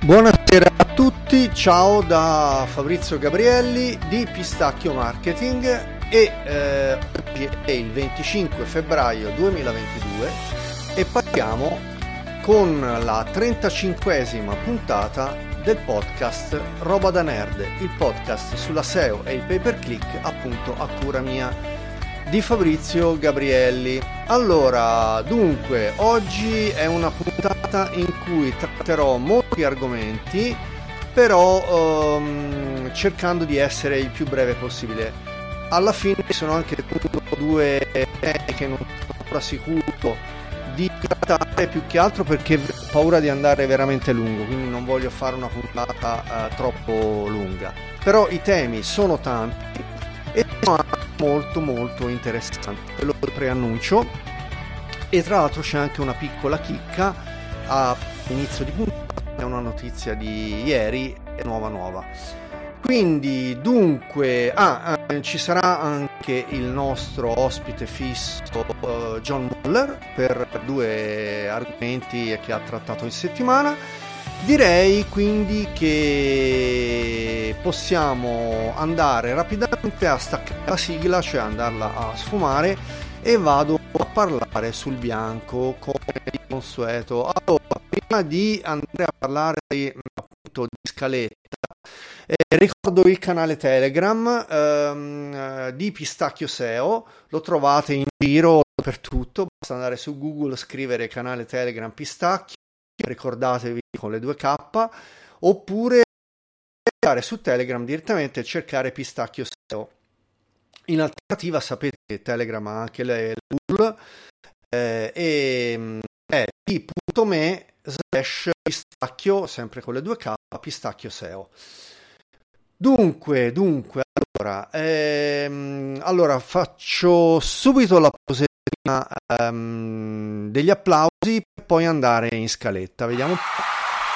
Buonasera a tutti, ciao da Fabrizio Gabrielli di Pistacchio Marketing e oggi è il 25 febbraio 2022 e partiamo con la 35esima puntata del podcast Roba da Nerd, il podcast sulla SEO e il pay per click appunto a cura mia di Fabrizio Gabrielli. Allora, dunque, oggi è una puntata in cui tratterò molti argomenti, però cercando di essere il più breve possibile. Alla fine sono anche due temi che non sono ancora sicuro di trattare, più che altro perché ho paura di andare veramente lungo, quindi non voglio fare una puntata troppo lunga. Però i temi sono tanti e sono anche molto interessanti, ve lo preannuncio. E tra l'altro c'è anche una piccola chicca a inizio di puntata, è una notizia di ieri, è nuova. Quindi dunque ci sarà anche il nostro ospite fisso John Muller per due argomenti che ha trattato in settimana. Direi quindi che possiamo andare rapidamente a staccare la sigla, cioè andarla a sfumare, e vado a parlare sul bianco come di consueto. Allora, prima di andare a parlare appunto di scaletta, ricordo il canale Telegram di Pistacchio SEO, lo trovate in giro dappertutto, basta andare su Google, scrivere canale Telegram Pistacchio, ricordatevi con le 2K, oppure andare su Telegram direttamente e cercare Pistacchio SEO. In alternativa sapete che Telegram ha anche le URL e è t.me/pistacchio, sempre con le 2K, Pistacchio SEO. Dunque, allora faccio subito la posetina degli applausi per poi andare in scaletta. Vediamo un po'.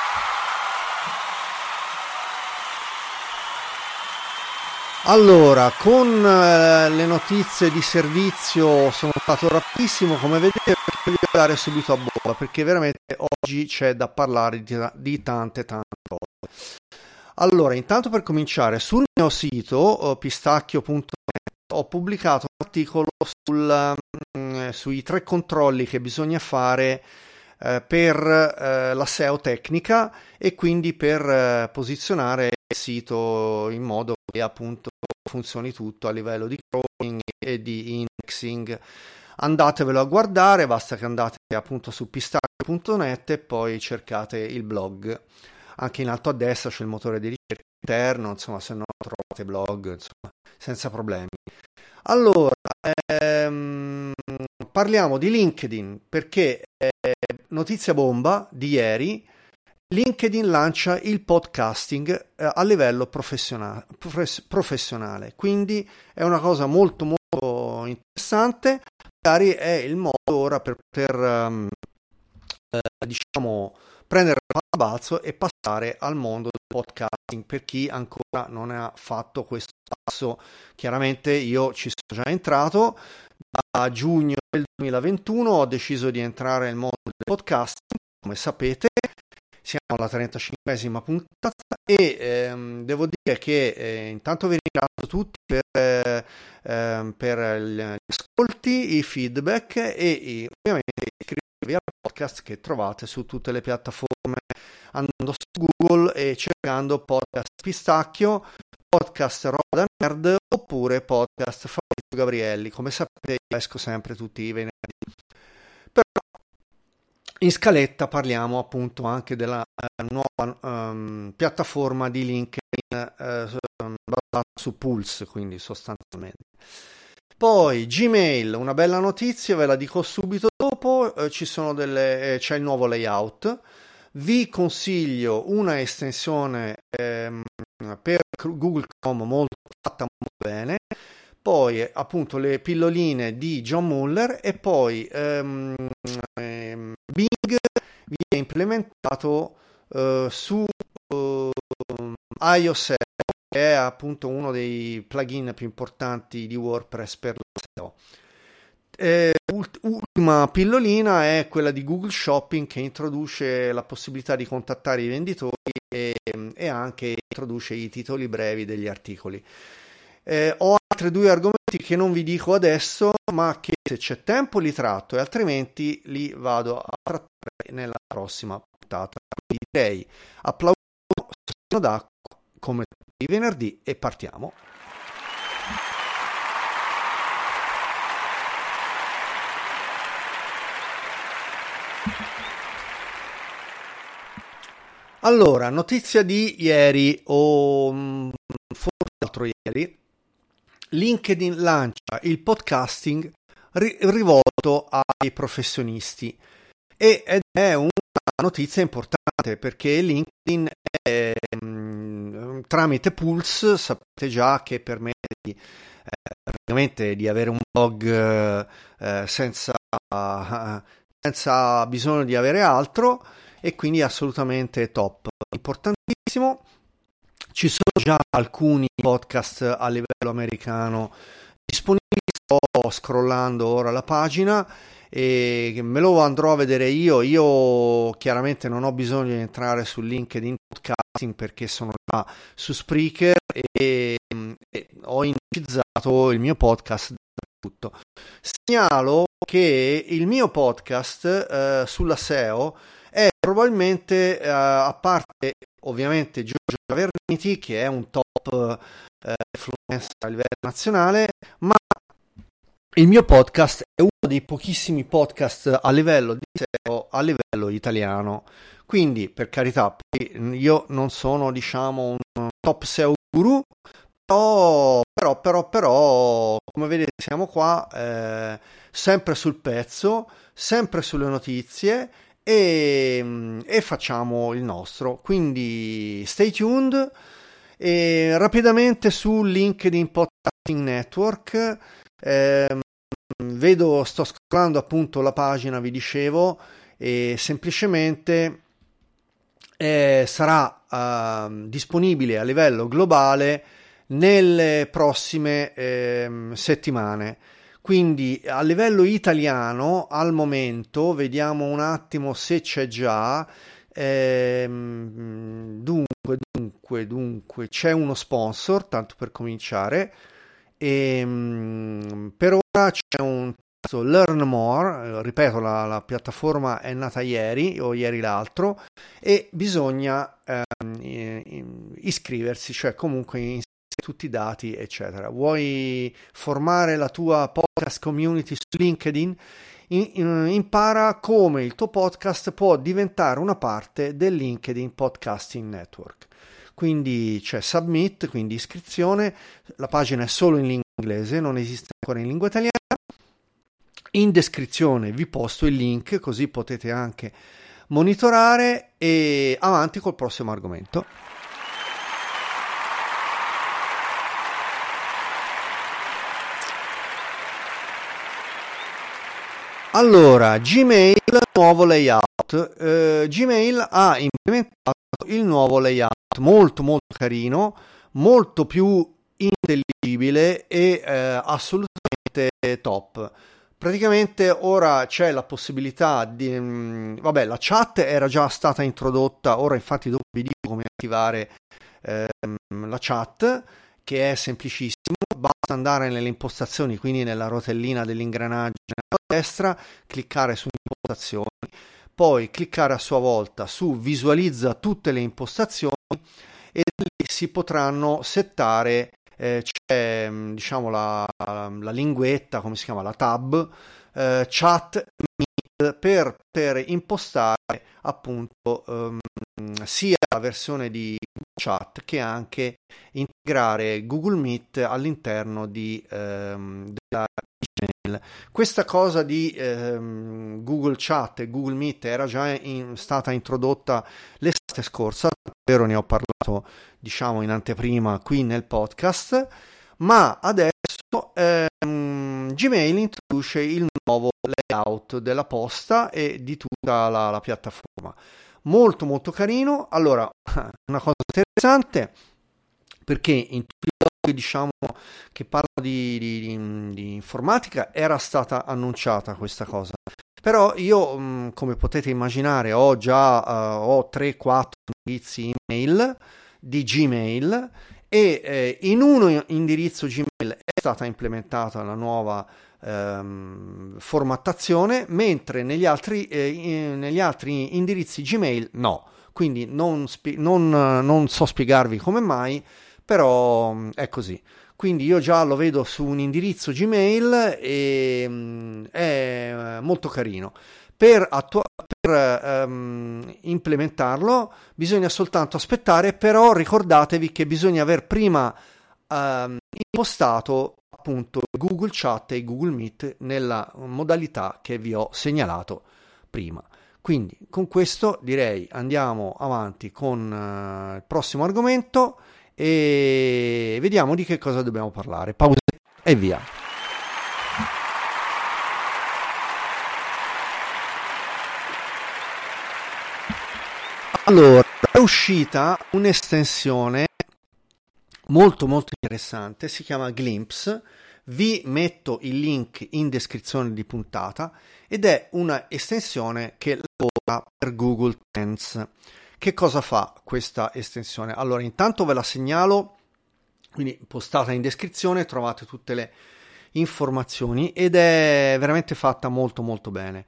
Allora, con le notizie di servizio sono stato rapidissimo, come vedete, voglio andare subito a bomba perché veramente oggi c'è da parlare di tante cose. Allora, intanto per cominciare, sul mio sito pistacchio.net ho pubblicato un articolo sui 3 controlli che bisogna fare per la SEO tecnica e quindi per posizionare il sito in modo che appunto funzioni tutto a livello di crawling e di indexing. Andatevelo a guardare, basta che andate appunto su pistacchio.net e poi cercate il blog. Anche in alto a destra c'è il motore di ricerca interno, insomma, se no trovate blog, insomma, senza problemi. Allora, parliamo di LinkedIn perché notizia bomba di ieri, LinkedIn lancia il podcasting a livello professionale, quindi è una cosa molto interessante, magari è il modo ora per poter diciamo prendere il balzo e passare al mondo del podcasting per chi ancora non ha fatto questo passo. Chiaramente io ci sono già entrato, da giugno del 2021 ho deciso di entrare nel mondo del podcasting, come sapete. Siamo alla 35esima puntata e devo dire che intanto vi ringrazio tutti per gli ascolti, i feedback e ovviamente iscrivervi al podcast che trovate su tutte le piattaforme andando su Google e cercando podcast Pistacchio, podcast Roba da Nerd oppure podcast Fabrizio Gabrielli. Come sapete io esco sempre tutti i venerdì. Però in scaletta parliamo appunto anche della nuova piattaforma di LinkedIn basata su Pulse, quindi sostanzialmente. Poi Gmail, una bella notizia, ve la dico subito dopo, c'è il nuovo layout. Vi consiglio una estensione per Google Chrome fatta molto bene. Poi appunto le pilloline di John Muller e poi Bing viene implementato su iOS, che è appunto uno dei plugin più importanti di WordPress per la SEO. Ultima pillolina è quella di Google Shopping, che introduce la possibilità di contattare i venditori e anche introduce i titoli brevi degli articoli. Ho altri due argomenti che non vi dico adesso, ma che se c'è tempo li tratto, e altrimenti li vado a trattare nella prossima puntata. Quindi direi applauso d'acqua come tutti i venerdì e partiamo. Allora, notizia di ieri o forse l'altro ieri, LinkedIn lancia il podcasting rivolto ai professionisti ed è una notizia importante perché LinkedIn è, tramite Pulse sapete già che permette praticamente di avere un blog senza bisogno di avere altro, e quindi assolutamente top, importantissimo. Ci sono già alcuni podcast a livello americano disponibili, sto scrollando ora la pagina e me lo andrò a vedere io chiaramente non ho bisogno di entrare su LinkedIn Podcasting perché sono già su Spreaker e ho indicizzato il mio podcast tutto. Segnalo che il mio podcast sulla SEO è probabilmente, a parte ovviamente Giorgio Verniti, che è un top influencer a livello nazionale, ma il mio podcast è uno dei pochissimi podcast a livello di SEO a livello italiano. Quindi, per carità, io non sono, diciamo, un top SEO guru, però, come vedete, siamo qua sempre sul pezzo, sempre sulle notizie e facciamo il nostro. Quindi stay tuned. E rapidamente su LinkedIn Podcasting Network, sto scrollando appunto la pagina, vi dicevo, e semplicemente sarà disponibile a livello globale nelle prossime settimane. Quindi a livello italiano al momento vediamo un attimo se c'è già. Dunque c'è uno sponsor, tanto per cominciare, e per ora c'è un tasto Learn More, ripeto, la piattaforma è nata ieri o ieri l'altro, e bisogna iscriversi, cioè comunque inserire tutti i dati eccetera. Vuoi formare la tua podcast community su LinkedIn? Impara come il tuo podcast può diventare una parte del LinkedIn Podcasting Network. Quindi c'è submit, quindi iscrizione, la pagina è solo in lingua inglese, non esiste ancora in lingua italiana. In descrizione vi posto il link, così potete anche monitorare, e avanti col prossimo argomento. Allora, Gmail, nuovo layout. Gmail ha implementato il nuovo layout, molto molto carino, molto più intelligibile e assolutamente top. Praticamente ora c'è la possibilità di... la chat era già stata introdotta, ora infatti dopo vi dico come attivare la chat, che è semplicissimo. Basta andare nelle impostazioni, quindi nella rotellina dell'ingranaggio a destra, cliccare su impostazioni, poi cliccare a sua volta su visualizza tutte le impostazioni e lì si potranno settare, c'è diciamo la linguetta, come si chiama, la tab, chat per impostare appunto sia la versione di Chat che anche integrare Google Meet all'interno della Gmail. Questa cosa di Google Chat e Google Meet era già stata introdotta l'estate scorsa, davvero ne ho parlato diciamo in anteprima qui nel podcast, ma adesso Gmail introduce il nuovo layout della posta e di tutta la piattaforma. Molto molto carino. Allora, una cosa interessante, perché in tutti i diciamo che parlo di informatica, era stata annunciata questa cosa. Però io, come potete immaginare, ho 3-4 indirizzi email di Gmail e in uno indirizzo Gmail è stata implementata la nuova formattazione, mentre negli altri indirizzi Gmail no. Quindi non so spiegarvi come mai, però è così. Quindi io già lo vedo su un indirizzo Gmail e è molto carino. Per implementarlo bisogna soltanto aspettare, però ricordatevi che bisogna aver prima impostato appunto Google Chat e Google Meet nella modalità che vi ho segnalato prima. Quindi con questo direi andiamo avanti con il prossimo argomento e vediamo di che cosa dobbiamo parlare. Pausa e via. Allora, è uscita un'estensione molto molto interessante, si chiama Glimpse. Vi metto il link in descrizione di puntata ed è una estensione che lavora per Google Trends. Che cosa fa questa estensione? Allora, intanto ve la segnalo, quindi postata in descrizione, trovate tutte le informazioni ed è veramente fatta molto molto bene.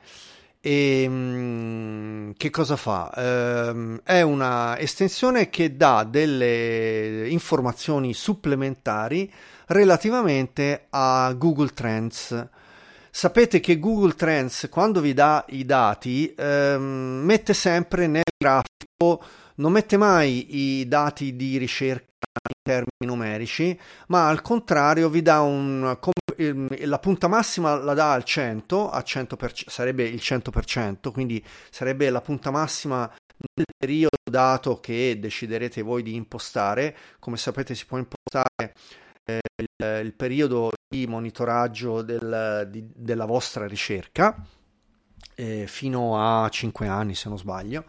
E che cosa fa? È una estensione che dà delle informazioni supplementari relativamente a Google Trends. Sapete che Google Trends, quando vi dà i dati, mette sempre nel grafico, non mette mai i dati di ricerca in termini numerici, ma al contrario vi dà la punta massima la dà al 100, a 100%, sarebbe il 100%, quindi sarebbe la punta massima nel periodo dato che deciderete voi di impostare. Come sapete si può impostare il periodo di monitoraggio della vostra ricerca fino a 5 anni se non sbaglio.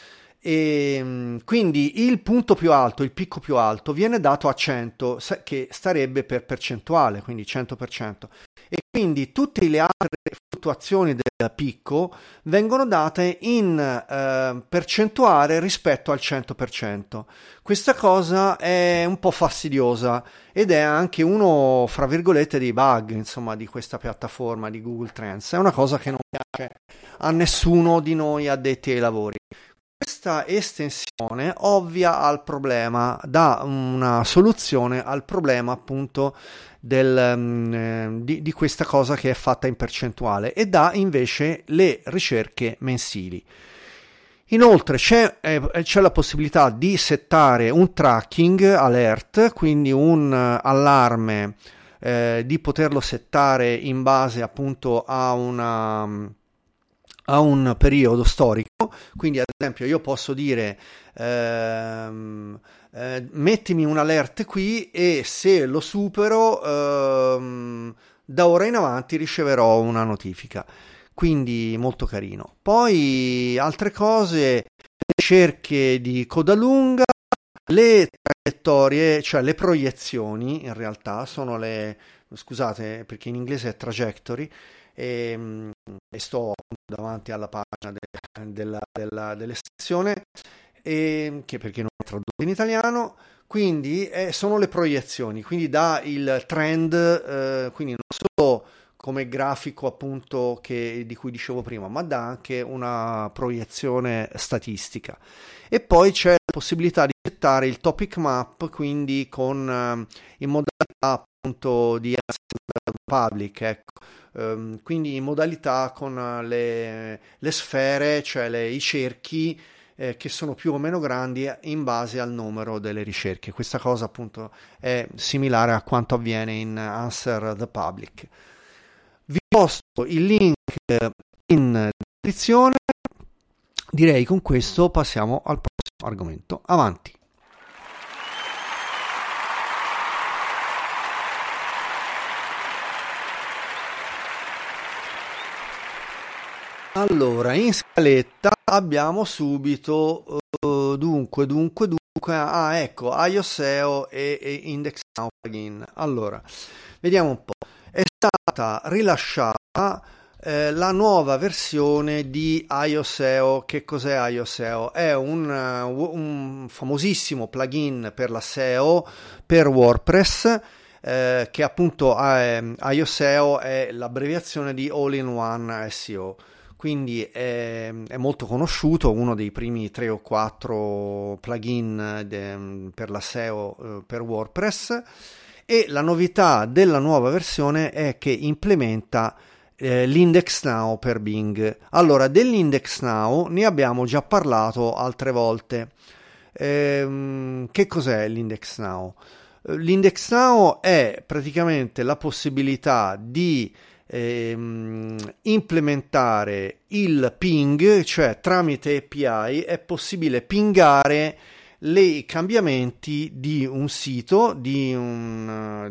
E quindi il punto più alto, il picco più alto viene dato a 100, che starebbe per percentuale, quindi 100%, e quindi tutte le altre fluttuazioni del picco vengono date in percentuale rispetto al 100%. Questa cosa è un po' fastidiosa ed è anche uno, fra virgolette, dei bug, insomma, di questa piattaforma di Google Trends. È una cosa che non piace a nessuno di noi addetti ai lavori. Questa estensione ovvia al problema, dà una soluzione al problema appunto di questa cosa che è fatta in percentuale e dà invece le ricerche mensili. Inoltre c'è la possibilità di settare un tracking alert, quindi un allarme di poterlo settare in base appunto a un periodo storico. Quindi ad esempio io posso dire mettimi un alert qui e se lo supero da ora in avanti riceverò una notifica. Quindi molto carino. Poi altre cose, ricerche di coda lunga, le traiettorie, cioè le proiezioni in realtà sono scusate perché in inglese è trajectory, e sto davanti alla pagina dell'estensione che perché non è tradotto in italiano, quindi sono le proiezioni, quindi dà il trend, quindi non solo come grafico appunto di cui dicevo prima, ma dà anche una proiezione statistica. E poi c'è la possibilità di settare il topic map, quindi in modalità appunto di public, ecco. Quindi in modalità con le sfere, cioè i cerchi che sono più o meno grandi in base al numero delle ricerche. Questa cosa appunto è similare a quanto avviene in Answer the Public. Vi posto il link in descrizione. Direi con questo passiamo al prossimo argomento. Avanti. Allora, in scaletta abbiamo subito dunque ecco, IOSEO e Index Now plugin. Allora, vediamo un po'. È stata rilasciata la nuova versione di IOSEO. Che cos'è IOSEO? È un famosissimo plugin per la SEO per WordPress, che appunto IOSEO è l'abbreviazione di All-in-One SEO. Quindi è molto conosciuto, uno dei primi 3 o 4 plugin per la SEO per WordPress, e la novità della nuova versione è che implementa l'Index Now per Bing. Allora, dell'Index Now ne abbiamo già parlato altre volte. Che cos'è l'Index Now? L'Index Now è praticamente la possibilità di implementare il ping, cioè tramite API è possibile pingare i cambiamenti di un sito, di un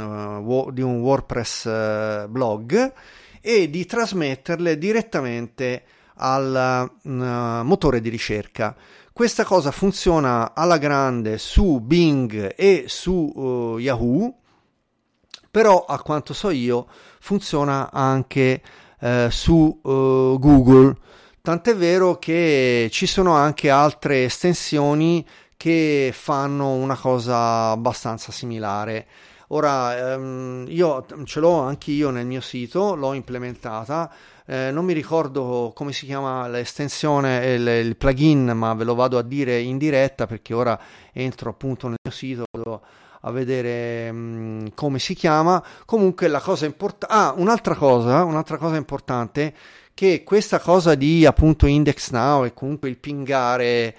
WordPress blog, e di trasmetterle direttamente al motore di ricerca. Questa cosa funziona alla grande su Bing e su Yahoo, però a quanto so io funziona anche su Google, tant'è vero che ci sono anche altre estensioni che fanno una cosa abbastanza similare. Ora, io ce l'ho anche io nel mio sito, l'ho implementata, non mi ricordo come si chiama l'estensione, il plugin, ma ve lo vado a dire in diretta perché ora entro appunto nel mio sito a vedere come si chiama. Comunque la cosa importante, un'altra cosa importante, che questa cosa di appunto Index Now e comunque il pingare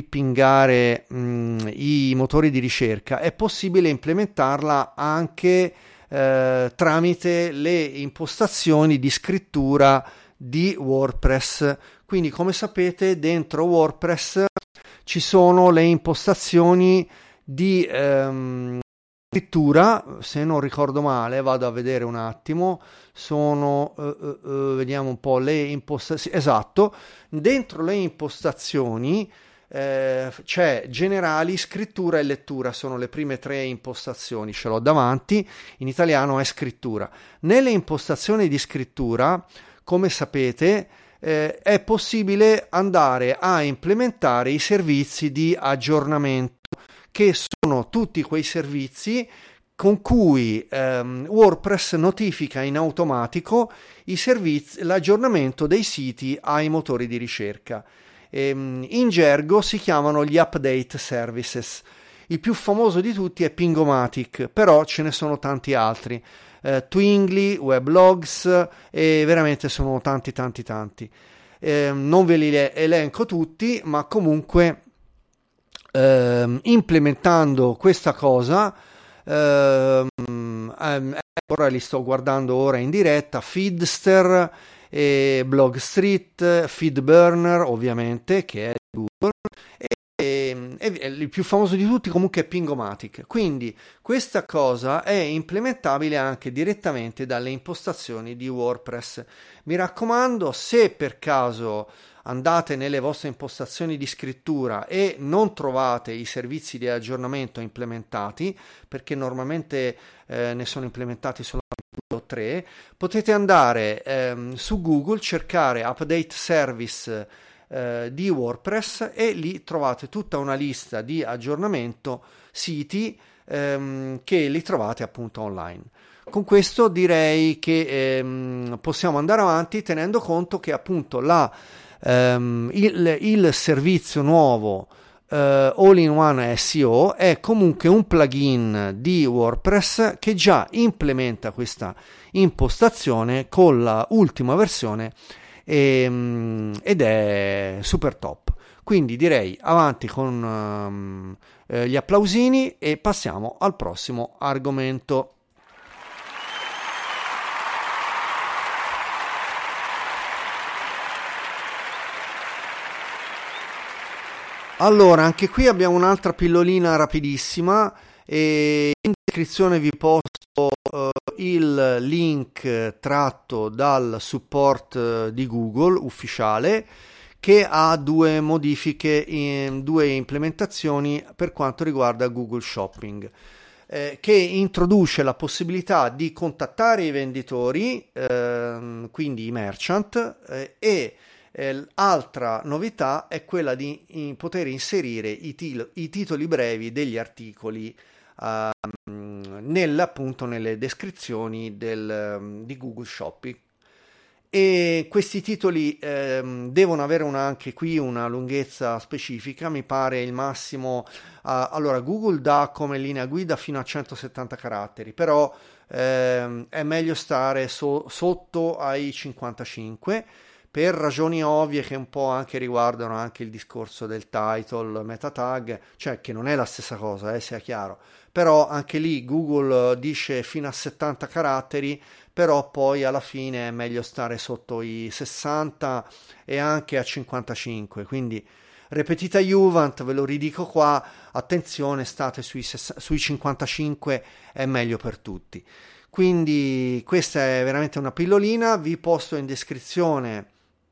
i motori di ricerca è possibile implementarla anche tramite le impostazioni di scrittura di WordPress. Quindi, come sapete, dentro WordPress ci sono le impostazioni di scrittura, se non ricordo male, vado a vedere un attimo, sono vediamo un po' le impostazioni. Esatto, dentro le impostazioni c'è generali, scrittura e lettura, sono le prime 3 impostazioni, ce l'ho davanti, in italiano è scrittura. Nelle impostazioni di scrittura, come sapete, è possibile andare a implementare i servizi di aggiornamento, che sono tutti quei servizi con cui WordPress notifica in automatico l'aggiornamento dei siti ai motori di ricerca. In gergo si chiamano gli update services. Il più famoso di tutti è Pingomatic, però ce ne sono tanti altri. Twingly, Weblogs, e veramente sono tanti. Non ve li elenco tutti, ma comunque implementando questa cosa, ora li sto guardando ora in diretta, Feedster, Blogstreet, Feedburner ovviamente, che è Google, e il più famoso di tutti comunque è Pingomatic. Quindi questa cosa è implementabile anche direttamente dalle impostazioni di WordPress. Mi raccomando, se per caso andate nelle vostre impostazioni di scrittura e non trovate i servizi di aggiornamento implementati, perché normalmente ne sono implementati solamente 2 o 3, potete andare su Google, cercare Update Service di WordPress, e lì trovate tutta una lista di aggiornamento siti che li trovate appunto online. Con questo direi che possiamo andare avanti, tenendo conto che appunto il servizio nuovo All-in-One SEO è comunque un plugin di WordPress che già implementa questa impostazione con la ultima versione, ed è super top. Quindi direi avanti con gli applausini e passiamo al prossimo argomento. Allora, anche qui abbiamo un'altra pillolina rapidissima, e in descrizione vi posto il link tratto dal support di Google ufficiale, che ha due modifiche, due implementazioni per quanto riguarda Google Shopping, che introduce la possibilità di contattare i venditori, quindi i merchant, e altra novità è quella di poter inserire i titoli brevi degli articoli appunto nelle descrizioni di Google Shopping. E questi titoli devono avere anche qui una lunghezza specifica, mi pare il massimo. Allora, Google dà come linea guida fino a 170 caratteri, però è meglio stare sotto ai 55, per ragioni ovvie che un po' anche riguardano anche il discorso del title, meta tag, cioè che non è la stessa cosa, sia chiaro. Però anche lì Google dice fino a 70 caratteri, però poi alla fine è meglio stare sotto i 60 e anche a 55, quindi repetita iuvant, ve lo ridico qua, attenzione, state sui 55, è meglio per tutti. Quindi questa è veramente una pillolina, vi posto in descrizione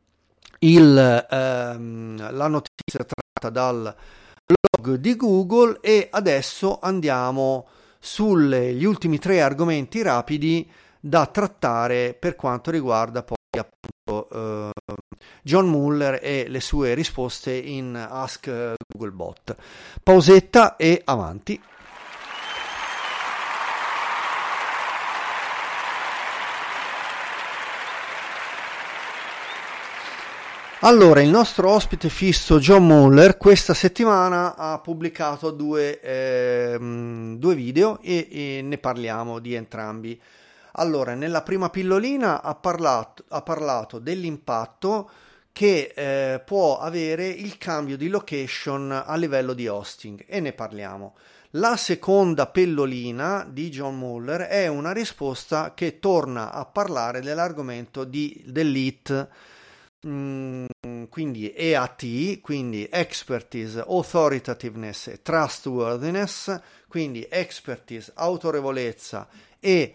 la notizia tratta dal blog di Google, e adesso andiamo sugli ultimi 3 argomenti rapidi da trattare per quanto riguarda poi appunto John Mueller e le sue risposte in Ask Googlebot. Pausetta e avanti. Allora, il nostro ospite fisso John Mueller questa settimana ha pubblicato due video e ne parliamo di entrambi. Allora, nella prima pillolina ha parlato dell'impatto che può avere il cambio di location a livello di hosting, e ne parliamo. La seconda pillolina di John Mueller è una risposta che torna a parlare dell'argomento dell'EAT, quindi EAT, quindi Expertise, Authoritativeness e Trustworthiness, quindi Expertise, autorevolezza e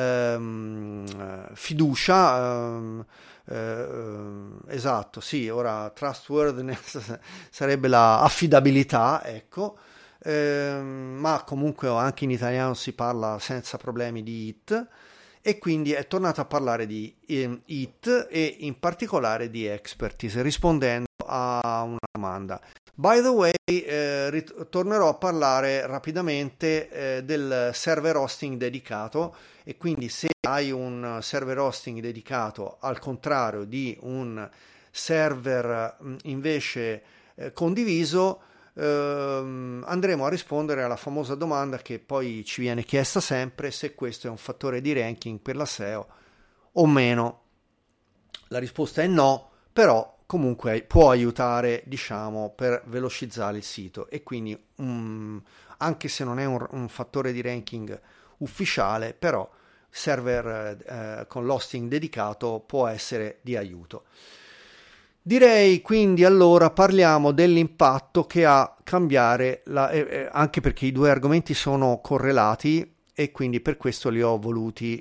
fiducia, esatto, sì, ora Trustworthiness sarebbe la affidabilità, ecco, ma comunque anche in italiano si parla senza problemi di IT, e quindi è tornato a parlare di IT e in particolare di Expertise, rispondendo a una domanda. By the way, tornerò a parlare rapidamente del server hosting dedicato, e quindi se hai un server hosting dedicato al contrario di un server invece condiviso, andremo a rispondere alla famosa domanda che poi ci viene chiesta sempre, se questo è un fattore di ranking per la SEO o meno. La risposta è no, però comunque può aiutare, diciamo, per velocizzare il sito, e quindi anche se non è un fattore di ranking ufficiale, però server con l'hosting dedicato può essere di aiuto. Direi quindi allora parliamo dell'impatto che ha cambiare, anche perché i due argomenti sono correlati e quindi per questo li ho voluti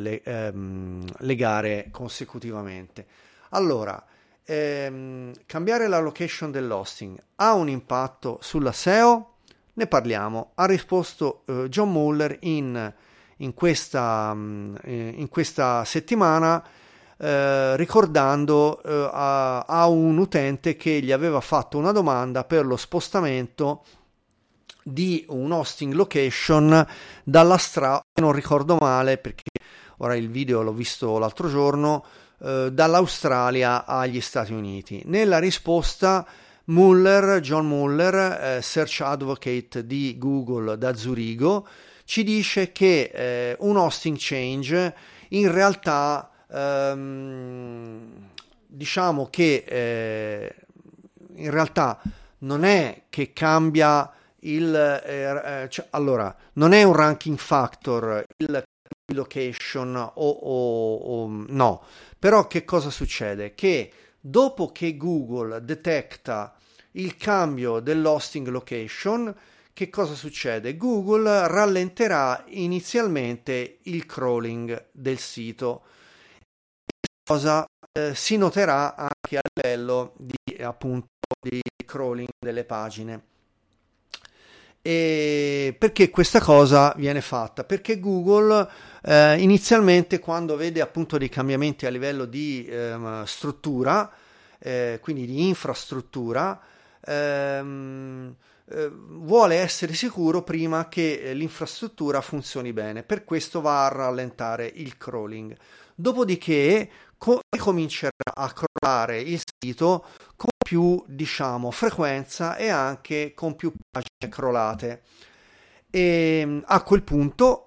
legare consecutivamente. Allora, cambiare la location dell'hosting ha un impatto sulla SEO? Ne parliamo. Ha risposto John Mueller in questa settimana, ricordando a un utente che gli aveva fatto una domanda per lo spostamento di un hosting location non ricordo male perché ora il video l'ho visto l'altro giorno, dall'Australia agli Stati Uniti. Nella risposta John Mueller, Search Advocate di Google da Zurigo, ci dice che un hosting change in realtà diciamo che in realtà non è che cambia allora non è un ranking factor il location o no, però che cosa succede? Che dopo che Google detecta il cambio dell'hosting location, che cosa succede? Google rallenterà inizialmente il crawling del sito. Cosa si noterà anche a livello di appunto di crawling delle pagine. E perché questa cosa viene fatta? Perché Google inizialmente, quando vede appunto dei cambiamenti a livello di struttura, quindi di infrastruttura, vuole essere sicuro prima che l'infrastruttura funzioni bene. Per questo va a rallentare il crawling. Dopodiché comincerà a crawlare il sito con più, diciamo, frequenza e anche con più pagine crawlate. E a quel punto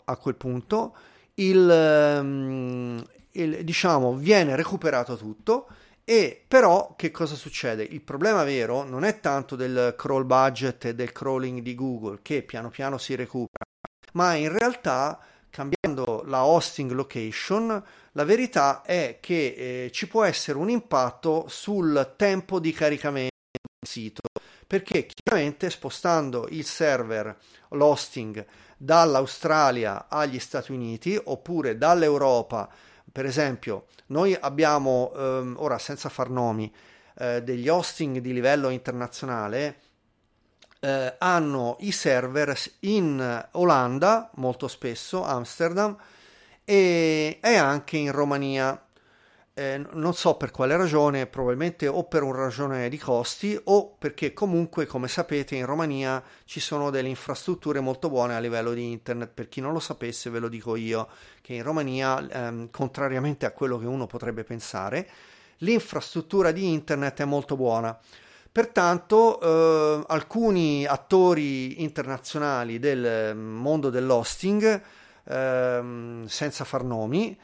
diciamo, viene recuperato tutto. E però che cosa succede? Il problema vero non è tanto del crawl budget e del crawling di Google, che piano piano si recupera, ma in realtà, cambiando la hosting location, la verità è che ci può essere un impatto sul tempo di caricamento del sito, perché chiaramente spostando il server, l'hosting, dall'Australia agli Stati Uniti oppure dall'Europa, per esempio, noi abbiamo, ora senza far nomi, degli hosting di livello internazionale, hanno i server in Olanda, molto spesso, Amsterdam, e anche in Romania. Non so per quale ragione, probabilmente o per una ragione di costi o perché comunque, come sapete, in Romania ci sono delle infrastrutture molto buone a livello di internet. Per chi non lo sapesse, ve lo dico io, che in Romania, contrariamente a quello che uno potrebbe pensare, l'infrastruttura di internet è molto buona. Pertanto alcuni attori internazionali del mondo dell'hosting, senza far nomi,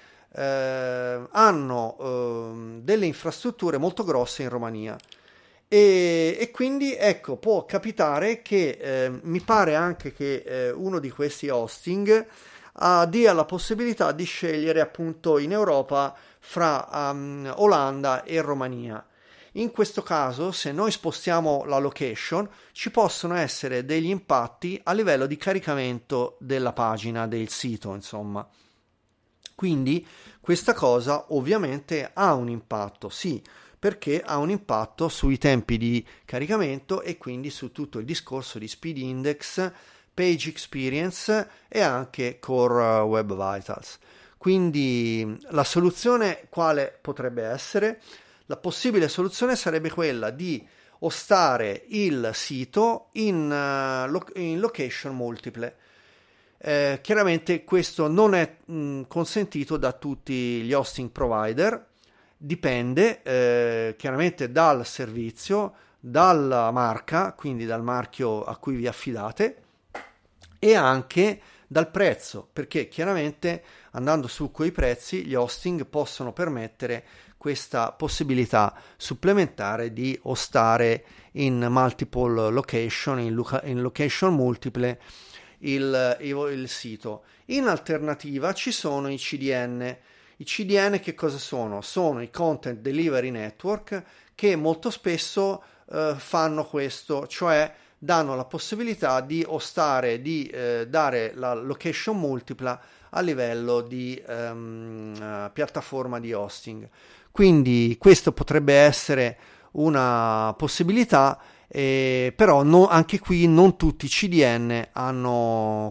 hanno delle infrastrutture molto grosse in Romania e quindi ecco, può capitare che mi pare anche che uno di questi hosting dia la possibilità di scegliere appunto in Europa fra Olanda e Romania. In questo caso, se noi spostiamo la location, ci possono essere degli impatti a livello di caricamento della pagina, del sito, insomma. Quindi questa cosa ovviamente ha un impatto, sì, perché ha un impatto sui tempi di caricamento e quindi su tutto il discorso di speed index, page experience e anche core web vitals. Quindi la soluzione quale potrebbe essere? La possibile soluzione sarebbe quella di ostare il sito in location multiple. Chiaramente questo non è consentito da tutti gli hosting provider, dipende chiaramente dal servizio, dalla marca, quindi dal marchio a cui vi affidate e anche dal prezzo, perché chiaramente andando su quei prezzi gli hosting possono permettere questa possibilità supplementare di ostare in multiple location, in location multiple il sito. In alternativa ci sono i CDN. I CDN che cosa sono? Sono i Content Delivery Network che molto spesso fanno questo, cioè danno la possibilità di ostare, di dare la location multipla a livello di piattaforma di hosting. Quindi questo potrebbe essere una possibilità, però anche qui non tutti i CDN hanno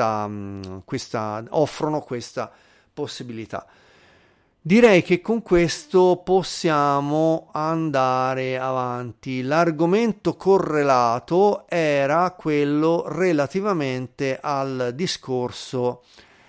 offrono questa possibilità. Direi che con questo possiamo andare avanti. L'argomento correlato era quello relativamente al discorso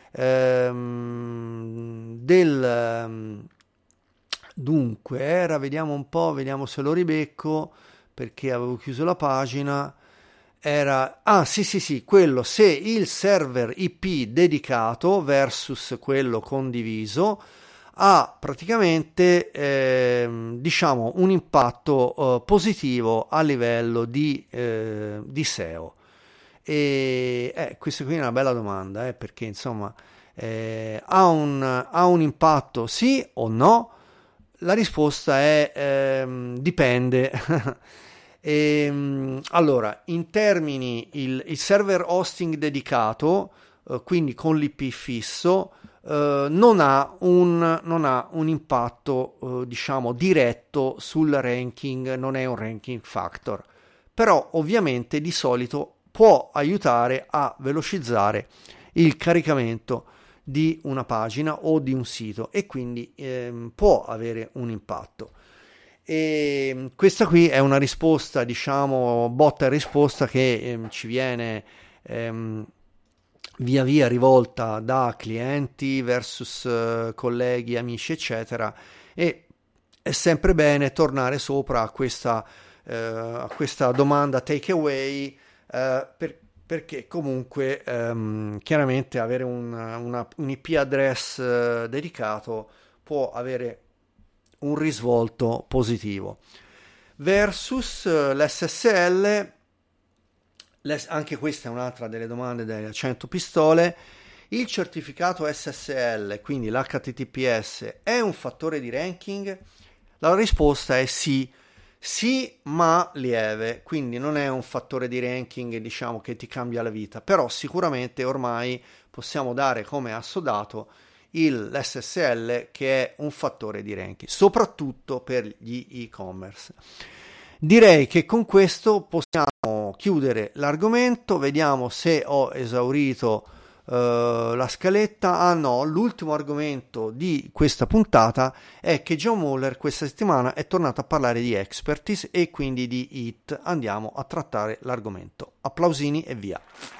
dunque era, vediamo un po', vediamo se lo ribecco perché avevo chiuso la pagina. Era sì, quello se il server IP dedicato versus quello condiviso ha praticamente diciamo un impatto positivo a livello di SEO. E questa qui è una bella domanda, perché insomma ha un impatto sì o no? La risposta è dipende. Allora, in termini il server hosting dedicato, quindi con l'IP fisso, non ha un impatto diciamo diretto sul ranking, non è un ranking factor, però ovviamente di solito può aiutare a velocizzare il caricamento di una pagina o di un sito e quindi può avere un impatto. E questa qui è una risposta, diciamo, botta e risposta che ci viene via via rivolta da clienti versus colleghi, amici, eccetera, e è sempre bene tornare sopra a questa domanda takeaway perché comunque chiaramente avere un IP address dedicato può avere un risvolto positivo versus l'SSL. Anche questa è un'altra delle domande delle 100 pistole. Il certificato SSL, quindi l'HTTPS, è un fattore di ranking? La risposta è sì, ma lieve, quindi non è un fattore di ranking, diciamo, che ti cambia la vita, però sicuramente ormai possiamo dare come assodato l'SSL che è un fattore di ranking, soprattutto per gli e-commerce. Direi che con questo possiamo chiudere l'argomento. Vediamo se ho esaurito la scaletta. Ah no, l'ultimo argomento di questa puntata è che John Mueller questa settimana è tornato a parlare di expertise e quindi di IT. Andiamo a trattare l'argomento. Applausini e via.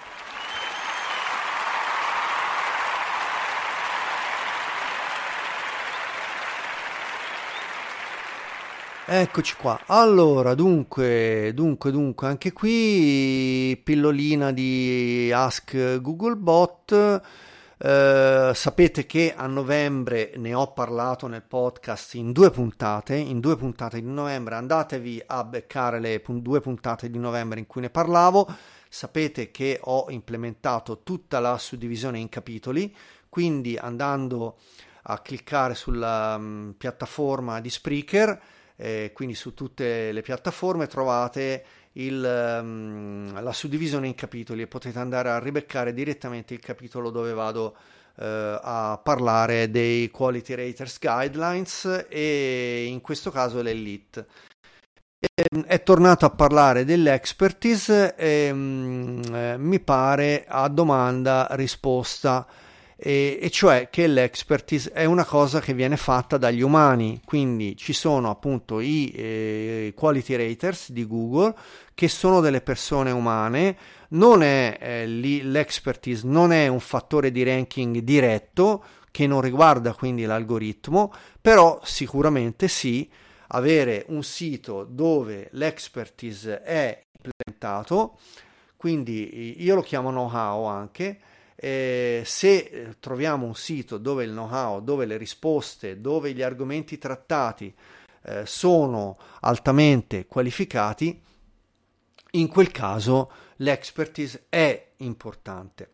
Eccoci qua. Allora, dunque, anche qui pillolina di Ask Googlebot. Sapete che a novembre ne ho parlato nel podcast in due puntate di novembre. Andatevi a beccare le due puntate di novembre in cui ne parlavo. Sapete che ho implementato tutta la suddivisione in capitoli, quindi andando a cliccare sulla piattaforma di Spreaker, quindi su tutte le piattaforme trovate la suddivisione in capitoli e potete andare a ribeccare direttamente il capitolo dove vado a parlare dei Quality Raters Guidelines e in questo caso l'Elite. È tornato a parlare dell'expertise mi pare a domanda risposta, e cioè che l'expertise è una cosa che viene fatta dagli umani, quindi ci sono appunto i quality raters di Google che sono delle persone umane. Non è l'expertise non è un fattore di ranking diretto che non riguarda quindi l'algoritmo, però sicuramente sì, avere un sito dove l'expertise è implementato, quindi io lo chiamo know-how anche. Se troviamo un sito dove il know-how, dove le risposte, dove gli argomenti trattati sono altamente qualificati, in quel caso l'expertise è importante.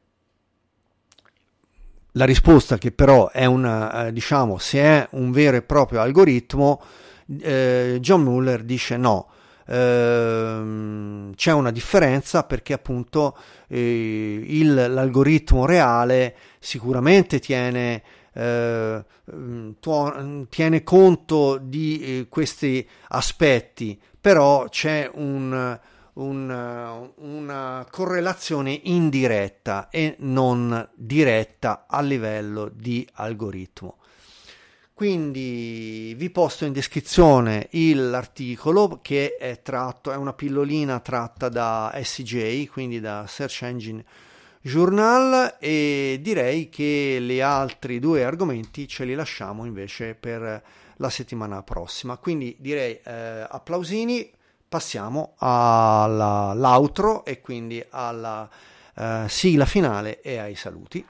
La risposta che però è diciamo, se è un vero e proprio algoritmo, John Mueller dice no. C'è una differenza perché appunto l'algoritmo reale sicuramente tiene conto di questi aspetti, però c'è una correlazione indiretta e non diretta a livello di algoritmo. Quindi vi posto in descrizione l'articolo che è una pillolina tratta da SEJ, quindi da Search Engine Journal, e direi che gli altri due argomenti ce li lasciamo invece per la settimana prossima. Quindi direi applausini, passiamo all'outro e quindi alla sigla finale e ai saluti.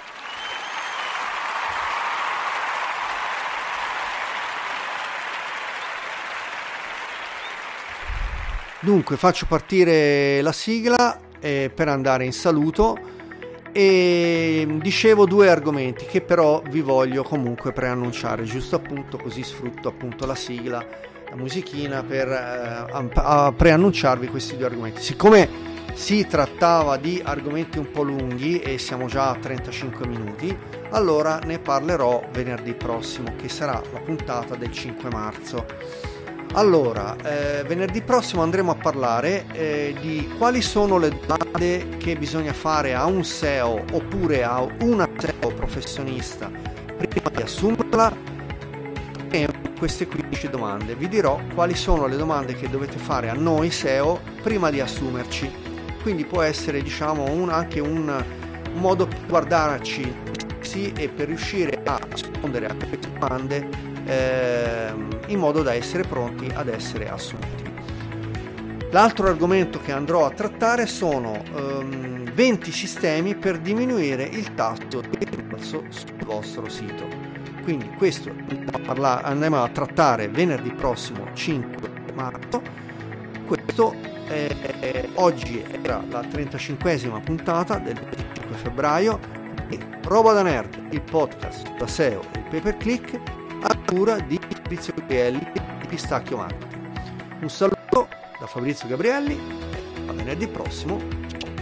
Dunque faccio partire la sigla per andare in saluto e dicevo due argomenti che però vi voglio comunque preannunciare, giusto appunto così sfrutto appunto la sigla, la musichina per preannunciarvi questi due argomenti. Siccome si trattava di argomenti un po' lunghi e siamo già a 35 minuti, allora ne parlerò venerdì prossimo, che sarà la puntata del 5 marzo. Allora, venerdì prossimo andremo a parlare di quali sono le domande che bisogna fare a un SEO oppure a una SEO professionista prima di assumerla. E queste 15 domande vi dirò quali sono le domande che dovete fare a noi SEO prima di assumerci, quindi può essere, diciamo, anche un modo per guardarci e per riuscire a rispondere a queste domande in modo da essere pronti ad essere assunti. L'altro argomento che andrò a trattare sono 20 sistemi per diminuire il tasso di rimborso sul vostro sito. Quindi questo andremo a trattare venerdì prossimo 5 marzo. Questo oggi era la 35esima puntata del 25 febbraio di Roba da Nerd, il podcast da SEO e il pay per click a cura di Fabrizio Gabrielli di Pistacchio Marketing. Un saluto da Fabrizio Gabrielli e a venerdì prossimo. Ciao.